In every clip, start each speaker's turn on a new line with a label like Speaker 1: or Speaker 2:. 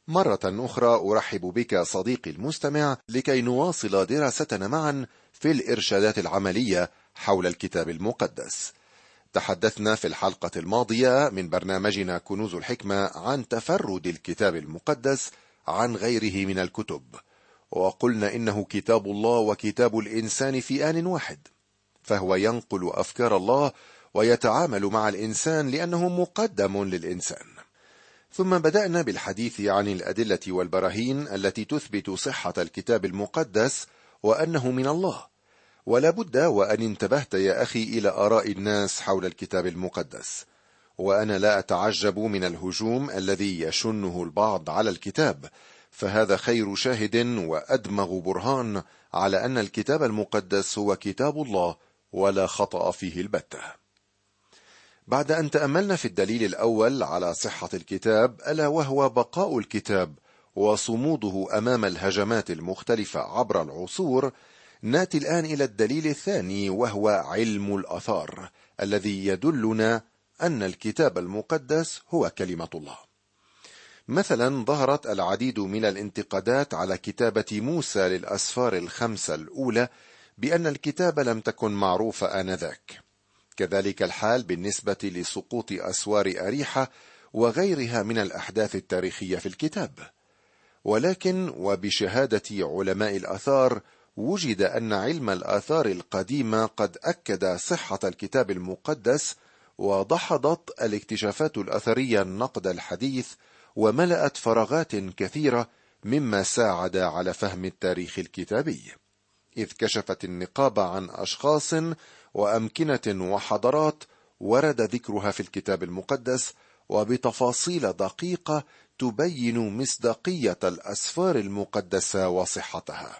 Speaker 1: مرة أخرى أرحب بك صديقي المستمع لكي نواصل دراستنا معا في الإرشادات العملية حول الكتاب المقدس. تحدثنا في الحلقة الماضية من برنامجنا كنوز الحكمة عن تفرد الكتاب المقدس عن غيره من الكتب، وقلنا إنه كتاب الله وكتاب الإنسان في آن واحد، فهو ينقل أفكار الله ويتعامل مع الإنسان لأنه مقدم للإنسان. ثم بدأنا بالحديث عن الأدلة والبراهين التي تثبت صحة الكتاب المقدس وأنه من الله. ولا بد وأن انتبهت يا أخي إلى آراء الناس حول الكتاب المقدس، وأنا لا أتعجب من الهجوم الذي يشنه البعض على الكتاب، فهذا خير شاهد وأدمغ برهان على أن الكتاب المقدس هو كتاب الله ولا خطأ فيه البتة. بعد أن تأملنا في الدليل الأول على صحة الكتاب، ألا وهو بقاء الكتاب وصموده أمام الهجمات المختلفة عبر العصور، نأتي الآن إلى الدليل الثاني، وهو علم الآثار الذي يدلنا أن الكتاب المقدس هو كلمة الله. مثلا ظهرت العديد من الانتقادات على كتابة موسى للأسفار الخمسة الأولى بأن الكتابة لم تكن معروفة آنذاك. كذلك الحال بالنسبة لسقوط أسوار أريحة وغيرها من الأحداث التاريخية في الكتاب. ولكن وبشهادة علماء الآثار وجد أن علم الآثار القديمة قد أكد صحة الكتاب المقدس، ودحضت الاكتشافات الأثرية النقد الحديث وملأت فراغات كثيرة، مما ساعد على فهم التاريخ الكتابي، إذ كشفت النقاب عن أشخاص وأمكنة وحضارات ورد ذكرها في الكتاب المقدس، وبتفاصيل دقيقة تبين مصداقية الأسفار المقدسة وصحتها.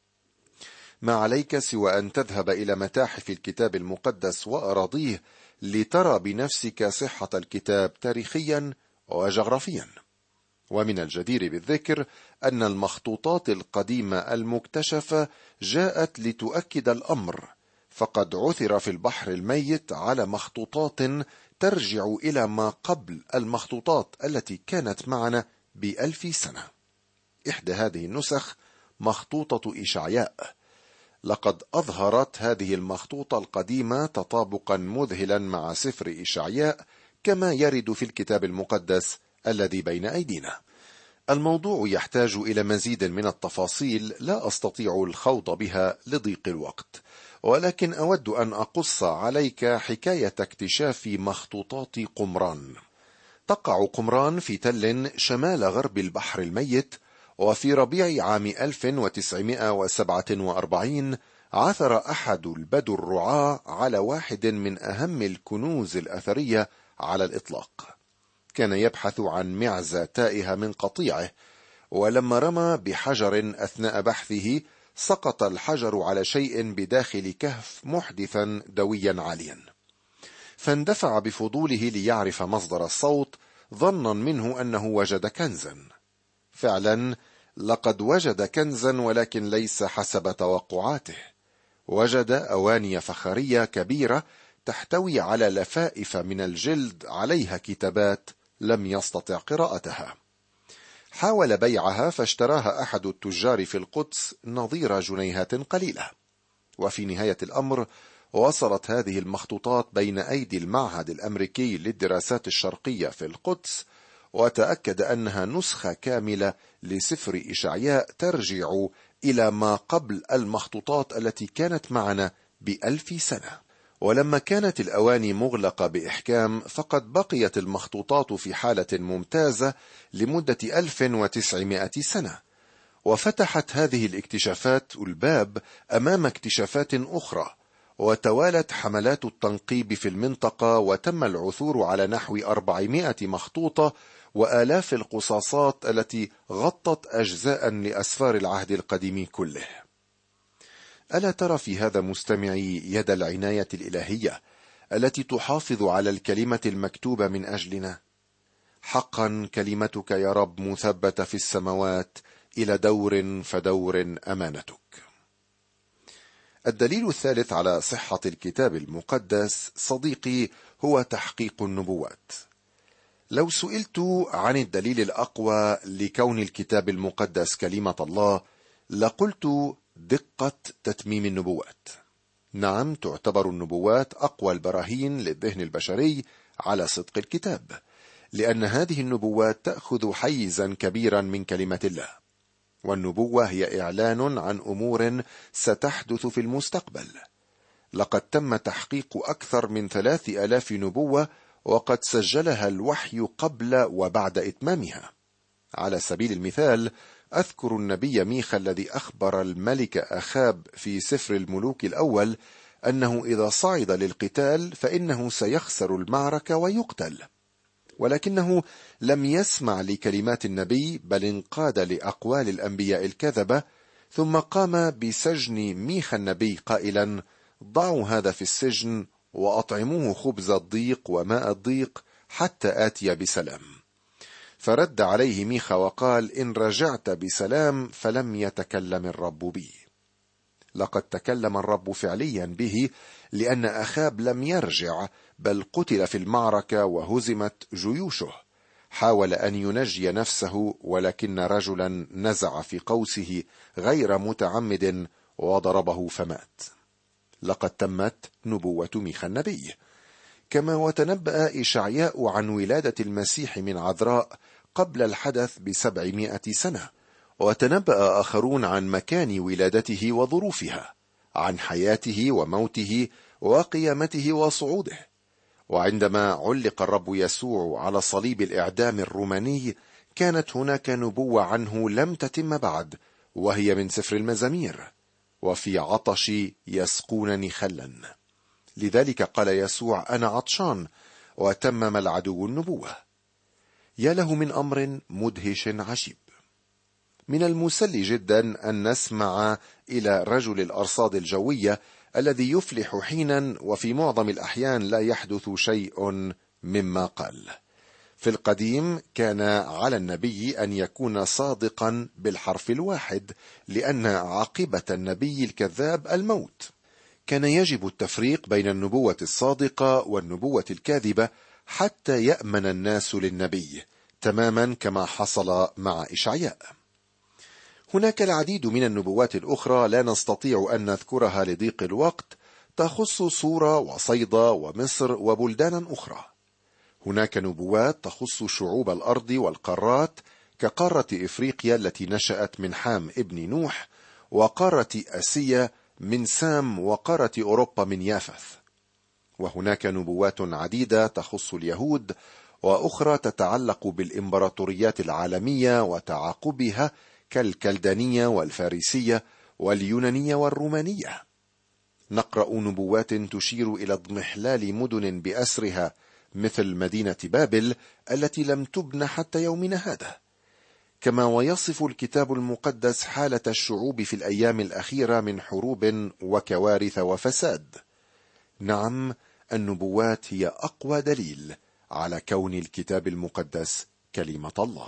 Speaker 1: ما عليك سوى أن تذهب إلى متاحف الكتاب المقدس وأراضيه لترى بنفسك صحة الكتاب تاريخيا وجغرافيا. ومن الجدير بالذكر أن المخطوطات القديمة المكتشفة جاءت لتؤكد الأمر، فقد عثر في البحر الميت على مخطوطات ترجع إلى ما قبل المخطوطات التي كانت معنا ب1000 سنة. إحدى هذه النسخ مخطوطة إشعياء. لقد أظهرت هذه المخطوطة القديمة تطابقا مذهلا مع سفر إشعياء كما يرد في الكتاب المقدس الذي بين أيدينا. الموضوع يحتاج إلى مزيد من التفاصيل لا أستطيع الخوض بها لضيق الوقت، ولكن أود أن أقص عليك حكاية اكتشاف مخطوطات قمران. تقع قمران في تل شمال غرب البحر الميت، وفي ربيع عام 1947 عثر أحد البدو الرعاة على واحد من أهم الكنوز الأثرية على الإطلاق. كان يبحث عن معزة تائهة من قطيعه، ولما رمى بحجر أثناء بحثه سقط الحجر على شيء بداخل كهف محدثا دويا عاليا، فاندفع بفضوله ليعرف مصدر الصوت ظنا منه أنه وجد كنزا. فعلا لقد وجد كنزا، ولكن ليس حسب توقعاته. وجد أواني فخارية كبيرة تحتوي على لفائف من الجلد عليها كتابات لم يستطع قراءتها. حاول بيعها فاشتراها أحد التجار في القدس نظير جنيهات قليلة. وفي نهاية الأمر وصلت هذه المخطوطات بين أيدي المعهد الأمريكي للدراسات الشرقية في القدس، وتأكد أنها نسخة كاملة لسفر إشعياء ترجع إلى ما قبل المخطوطات التي كانت معنا ب1000 سنة. ولما كانت الأواني مغلقة بإحكام، فقد بقيت المخطوطات في حالة ممتازة لمدة 1900 سنة. وفتحت هذه الاكتشافات الباب أمام اكتشافات أخرى، وتوالت حملات التنقيب في المنطقة، وتم العثور على نحو 400 مخطوطة وآلاف القصاصات التي غطت أجزاء لأسفار العهد القديم كله. ألا ترى في هذا مستمعي يد العناية الإلهية التي تحافظ على الكلمة المكتوبة من أجلنا؟ حقا كلمتك يا رب مثبتة في السماوات، إلى دور فدور أمانتك. الدليل الثالث على صحة الكتاب المقدس صديقي هو تحقيق النبوات. لو سئلت عن الدليل الأقوى لكون الكتاب المقدس كلمة الله، لقلت دقة تتميم النبوات. نعم، تعتبر النبوات أقوى البراهين للذهن البشري على صدق الكتاب، لأن هذه النبوات تأخذ حيزا كبيرا من كلمة الله، والنبوة هي إعلان عن أمور ستحدث في المستقبل. لقد تم تحقيق أكثر من 3000 نبوة، وقد سجلها الوحي قبل وبعد إتمامها. على سبيل المثال، أذكر النبي ميخا الذي أخبر الملك أخاب في سفر الملوك الأول أنه إذا صعد للقتال فإنه سيخسر المعركة ويقتل، ولكنه لم يسمع لكلمات النبي، بل انقاد لأقوال الأنبياء الكذبة، ثم قام بسجن ميخا النبي قائلا: ضعوا هذا في السجن وأطعموه خبز الضيق وماء الضيق حتى آتي بسلام. فرد عليه ميخا وقال: إن رجعت بسلام فلم يتكلم الرب بي. لقد تكلم الرب فعليا به، لأن أخاب لم يرجع، بل قتل في المعركة وهزمت جيوشه. حاول أن ينجي نفسه، ولكن رجلا نزع في قوسه غير متعمد وضربه فمات. لقد تمت نبوة ميخا النبي. كما وتنبأ إشعياء عن ولادة المسيح من عذراء قبل الحدث ب700 سنة، وتنبأ آخرون عن مكان ولادته وظروفها، عن حياته وموته وقيامته وصعوده. وعندما علق الرب يسوع على صليب الإعدام الروماني، كانت هناك نبوة عنه لم تتم بعد، وهي من سفر المزامير: وفي عطش يسقونني خلا. لذلك قال يسوع: أنا عطشان، وتمم العدو النبوة. يا له من أمر مدهش عجيب. من المسلي جدا أن نسمع إلى رجل الأرصاد الجوية الذي يفلح حينا، وفي معظم الأحيان لا يحدث شيء مما قال. في القديم كان على النبي أن يكون صادقا بالحرف الواحد، لأن عاقبة النبي الكذاب الموت. كان يجب التفريق بين النبوة الصادقة والنبوة الكاذبة حتى يأمن الناس للنبي، تماما كما حصل مع إشعياء. هناك العديد من النبوات الأخرى لا نستطيع أن نذكرها لضيق الوقت، تخص صورة وصيدا ومصر وبلدانا أخرى. هناك نبوات تخص شعوب الأرض والقارات، كقارة إفريقيا التي نشأت من حام ابن نوح، وقارة آسيا من سام، وقارة أوروبا من يافث. وهناك نبوات عديدة تخص اليهود، وأخرى تتعلق بالإمبراطوريات العالمية وتعاقبها، كالكلدانية والفارسية واليونانية والرومانية. نقرأ نبوات تشير إلى اضمحلال مدن بأسرها، مثل مدينة بابل التي لم تبن حتى يومنا هذا. كما ويصف الكتاب المقدس حالة الشعوب في الأيام الأخيرة من حروب وكوارث وفساد. نعم، النبوات هي أقوى دليل على كون الكتاب المقدس كلمة الله.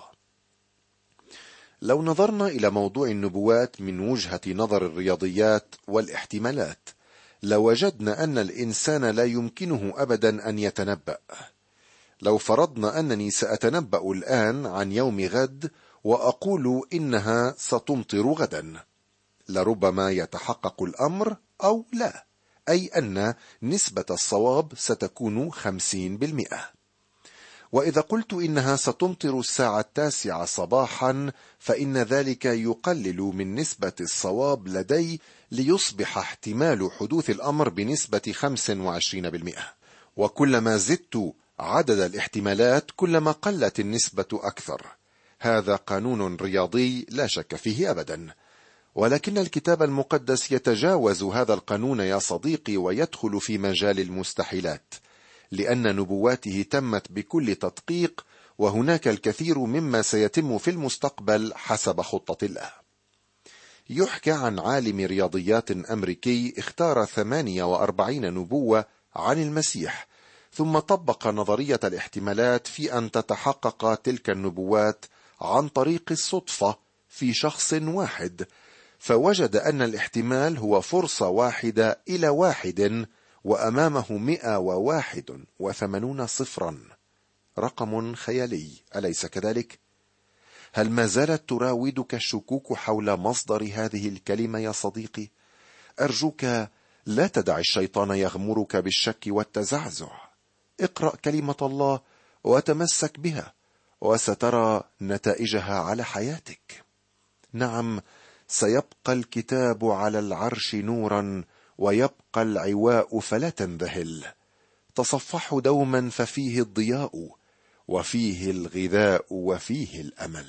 Speaker 1: لو نظرنا إلى موضوع النبوات من وجهة نظر الرياضيات والاحتمالات، لوجدنا أن الإنسان لا يمكنه أبدا أن يتنبأ. لو فرضنا أنني سأتنبأ الآن عن يوم غد وأقول إنها ستمطر غدا، لربما يتحقق الأمر أو لا، أي أن نسبة الصواب ستكون 50%. وإذا قلت إنها ستمطر الساعة 9 صباحا، فإن ذلك يقلل من نسبة الصواب لدي، ليصبح احتمال حدوث الأمر بنسبة 25%. وكلما زدت عدد الاحتمالات كلما قلت النسبة أكثر. هذا قانون رياضي لا شك فيه أبدا، ولكن الكتاب المقدس يتجاوز هذا القانون يا صديقي، ويدخل في مجال المستحيلات، لأن نبواته تمت بكل تدقيق، وهناك الكثير مما سيتم في المستقبل حسب خطة الله. يحكى عن عالم رياضيات أمريكي اختار 48 نبوة عن المسيح، ثم طبق نظرية الاحتمالات في أن تتحقق تلك النبوات عن طريق الصدفة في شخص واحد، فوجد أن الاحتمال هو فرصة 1 إلى 1، وأمامه 181 صفرا. رقم خيالي، أليس كذلك؟ هل ما زالت تراودك الشكوك حول مصدر هذه الكلمة يا صديقي؟ أرجوك لا تدع الشيطان يغمرك بالشك والتزعزع. اقرأ كلمة الله وتمسك بها، وسترى نتائجها على حياتك. نعم، سيبقى الكتاب على العرش نورا، ويبقى العواء فلا تنذهل. تصفحه دوما ففيه الضياء، وفيه الغذاء، وفيه الأمل.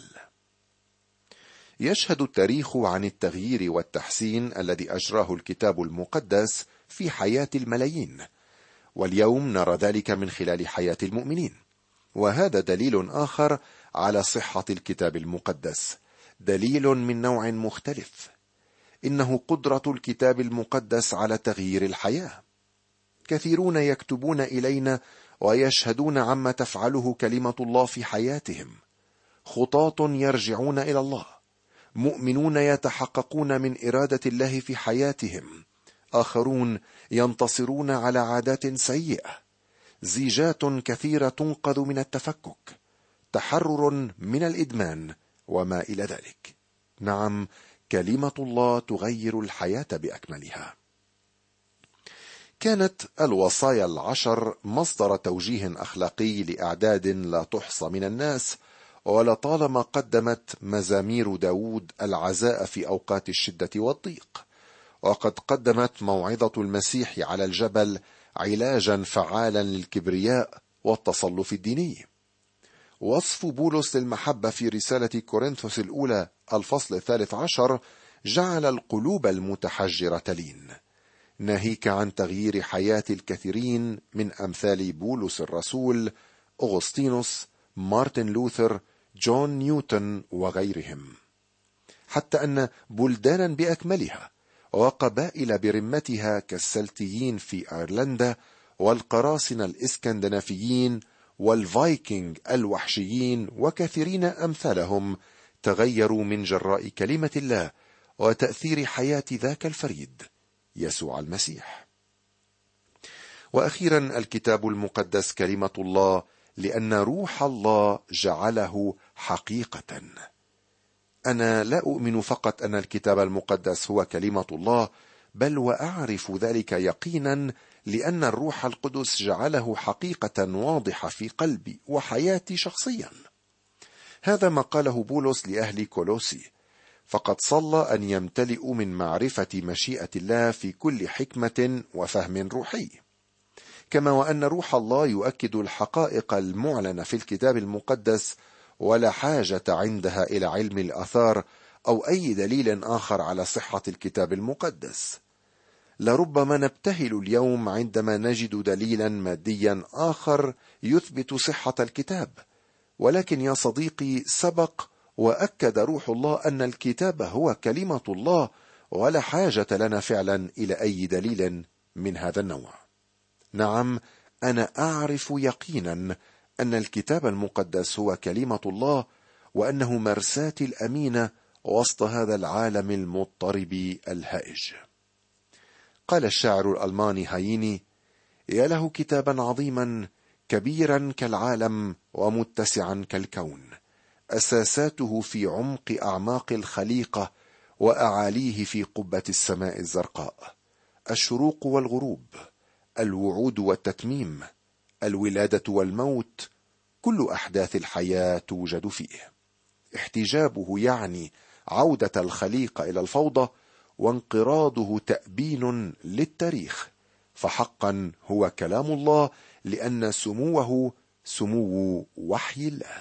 Speaker 1: يشهد التاريخ عن التغيير والتحسين الذي أجراه الكتاب المقدس في حياة الملايين، واليوم نرى ذلك من خلال حياة المؤمنين. وهذا دليل آخر على صحة الكتاب المقدس، دليل من نوع مختلف. إنه قدرة الكتاب المقدس على تغيير الحياة. كثيرون يكتبون إلينا ويشهدون عما تفعله كلمة الله في حياتهم. خطاة يرجعون إلى الله، مؤمنون يتحققون من إرادة الله في حياتهم، آخرون ينتصرون على عادات سيئة، زيجات كثيرة تنقذ من التفكك، تحرر من الإدمان وما إلى ذلك. نعم، كلمة الله تغير الحياة بأكملها. كانت الوصايا العشر مصدر توجيه أخلاقي لأعداد لا تحصى من الناس، ولطالما قدمت مزامير داود العزاء في أوقات الشدة والضيق، وقد قدمت موعظة المسيح على الجبل علاجا فعالا للكبرياء والتصلف الديني. وصف بولس للمحبة في رسالة كورنثوس الأولى الفصل 13 جعل القلوب المتحجرة تلين، ناهيك عن تغيير حياة الكثيرين من أمثال بولس الرسول، أغسطينوس، مارتن لوثر، جون نيوتن وغيرهم. حتى أن بلدانا بأكملها وقبائل برمتها كالسلتيين في أيرلندا، والقراصنة الإسكندنافيين، والفايكنج الوحشيين، وكثيرين أمثالهم تغيروا من جراء كلمة الله وتأثير حياة ذاك الفريد يسوع المسيح. وأخيرا، الكتاب المقدس كلمة الله لأن روح الله جعله حقيقة. أنا لا أؤمن فقط أن الكتاب المقدس هو كلمة الله، بل وأعرف ذلك يقينا لأن الروح القدس جعله حقيقة واضحة في قلبي وحياتي شخصيا. هذا ما قاله بولس لأهل كولوسي، فقد صلى أن يمتلئوا من معرفة مشيئة الله في كل حكمة وفهم روحي، كما وأن روح الله يؤكد الحقائق المعلنة في الكتاب المقدس، ولا حاجة عندها إلى علم الآثار أو أي دليل آخر على صحة الكتاب المقدس. لربما نبتهل اليوم عندما نجد دليلا ماديا آخر يثبت صحة الكتاب، ولكن يا صديقي، سبق وأكد روح الله أن الكتاب هو كلمة الله، ولا حاجة لنا فعلا إلى أي دليل من هذا النوع. نعم، أنا أعرف يقينا أن الكتاب المقدس هو كلمة الله، وأنه مرساة الأمينة وسط هذا العالم المضطرب الهائج. قال الشاعر الألماني هايني: يا له كتابا عظيما كبيرا كالعالم ومتسعا كالكون، أساساته في عمق أعماق الخليقة، وأعاليه في قبة السماء الزرقاء، الشروق والغروب، الوعود والتتميم، الولادة والموت، كل أحداث الحياة توجد فيه. احتجابه يعني عودة الخليقة إلى الفوضى، وانقراضه تأبين للتاريخ، فحقا هو كلام الله، لأن سموه سمو وحي الله.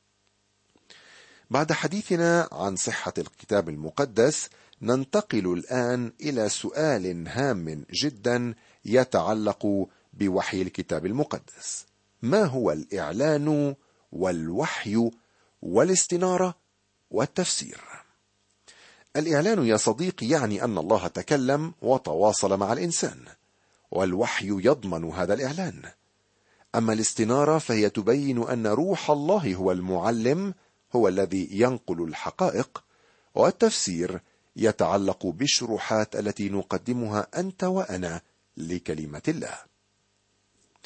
Speaker 1: بعد حديثنا عن صحة الكتاب المقدس، ننتقل الآن إلى سؤال هام جدا يتعلق بوحي الكتاب المقدس: ما هو الإعلان والوحي والاستنارة والتفسير؟ الإعلان يا صديقي يعني أن الله تكلم وتواصل مع الإنسان، والوحي يضمن هذا الإعلان. أما الاستنارة فهي تبين أن روح الله هو المعلم، هو الذي ينقل الحقائق، والتفسير يتعلق بالشروحات التي نقدمها أنت وأنا لكلمة الله.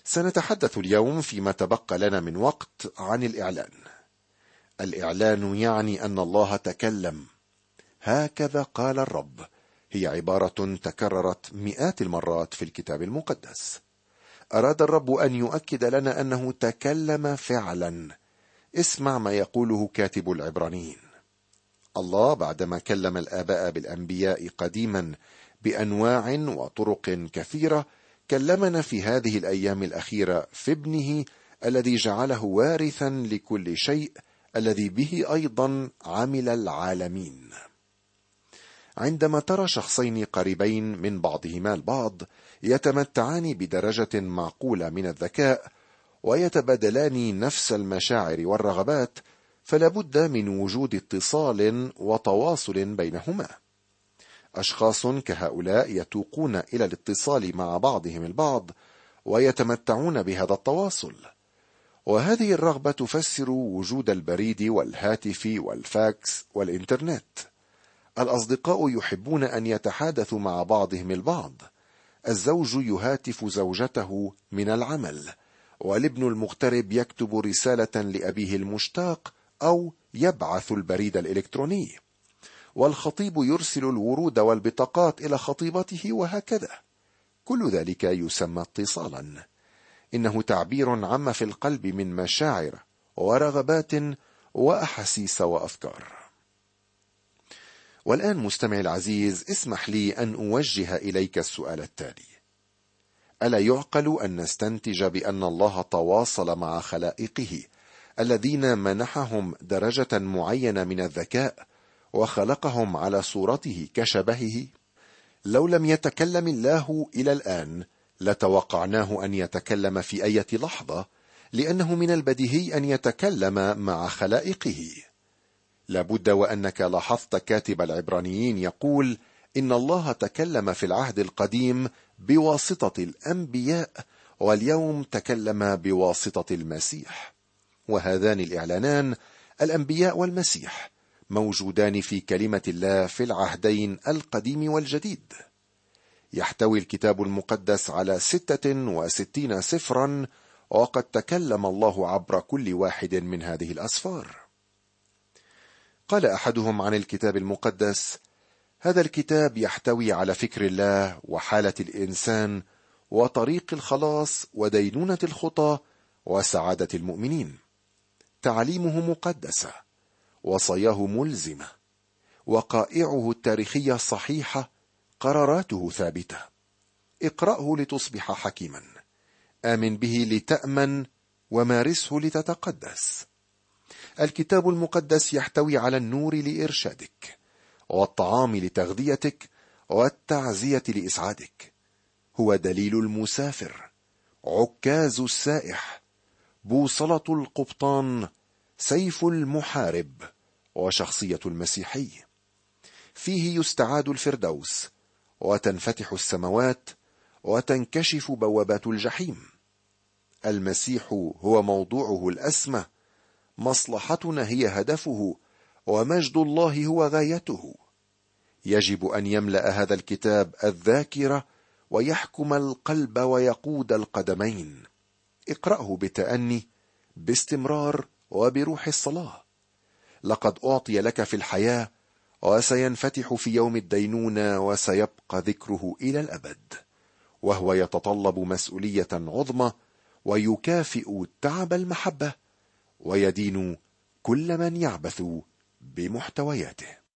Speaker 1: سنتحدث اليوم فيما تبقى لنا من وقت عن الإعلان. الإعلان يعني أن الله تكلم. هكذا قال الرب، هي عبارة تكررت مئات المرات في الكتاب المقدس. أراد الرب أن يؤكد لنا أنه تكلم فعلا. اسمع ما يقوله كاتب العبرانيين: الله بعدما كلم الآباء بالأنبياء قديما بأنواع وطرق كثيرة، كلمنا في هذه الأيام الأخيرة في ابنه الذي جعله وارثا لكل شيء، الذي به أيضا عمل العالمين. عندما ترى شخصين قريبين من بعضهما البعض يتمتعان بدرجة معقولة من الذكاء ويتبادلان نفس المشاعر والرغبات، فلا بد من وجود اتصال وتواصل بينهما. أشخاص كهؤلاء يتوقون إلى الاتصال مع بعضهم البعض ويتمتعون بهذا التواصل، وهذه الرغبة تفسر وجود البريد والهاتف والفاكس والإنترنت. الأصدقاء يحبون أن يتحادثوا مع بعضهم البعض. الزوج يهاتف زوجته من العمل، والابن المغترب يكتب رسالة لأبيه المشتاق أو يبعث البريد الإلكتروني، والخطيب يرسل الورود والبطاقات إلى خطيبته، وهكذا. كل ذلك يسمى اتصالا. إنه تعبير عما في القلب من مشاعر ورغبات وأحاسيس وأفكار. والآن مستمعي العزيز، اسمح لي أن أوجه إليك السؤال التالي: ألا يعقل أن نستنتج بأن الله تواصل مع خلائقه الذين منحهم درجة معينة من الذكاء وخلقهم على صورته كشبهه؟ لو لم يتكلم الله إلى الآن لتوقعناه أن يتكلم في أي لحظة، لأنه من البديهي أن يتكلم مع خلائقه. لابد وأنك لاحظت كاتب العبرانيين يقول إن الله تكلم في العهد القديم بواسطة الأنبياء، واليوم تكلم بواسطة المسيح. وهذان الإعلانان، الأنبياء والمسيح، موجودان في كلمة الله في العهدين القديم والجديد. يحتوي الكتاب المقدس على 66 سفرا، وقد تكلم الله عبر كل واحد من هذه الأسفار. قال أحدهم عن الكتاب المقدس: هذا الكتاب يحتوي على فكر الله وحالة الإنسان وطريق الخلاص ودينونة الخطى وسعادة المؤمنين. تعليمه مقدسة، وصاياه ملزمة، وقائعه التاريخية صحيحة، قراراته ثابتة. اقرأه لتصبح حكيما، آمن به لتأمن، ومارسه لتتقدس. الكتاب المقدس يحتوي على النور لإرشادك، والطعام لتغذيتك، والتعزية لإسعادك. هو دليل المسافر، عكاز السائح، بوصلة القبطان، سيف المحارب، وشخصية المسيحي. فيه يستعاد الفردوس، وتنفتح السماوات، وتنكشف بوابات الجحيم. المسيح هو موضوعه الأسمى، مصلحتنا هي هدفه، ومجد الله هو غايته. يجب أن يملأ هذا الكتاب الذاكرة، ويحكم القلب، ويقود القدمين. اقرأه بتأني، باستمرار، وبروح الصلاة. لقد أعطي لك في الحياة، وسينفتح في يوم الدينونة، وسيبقى ذكره إلى الأبد. وهو يتطلب مسؤولية عظمى، ويكافئ تعب المحبة، ويدين كل من يعبث بمحتوياته.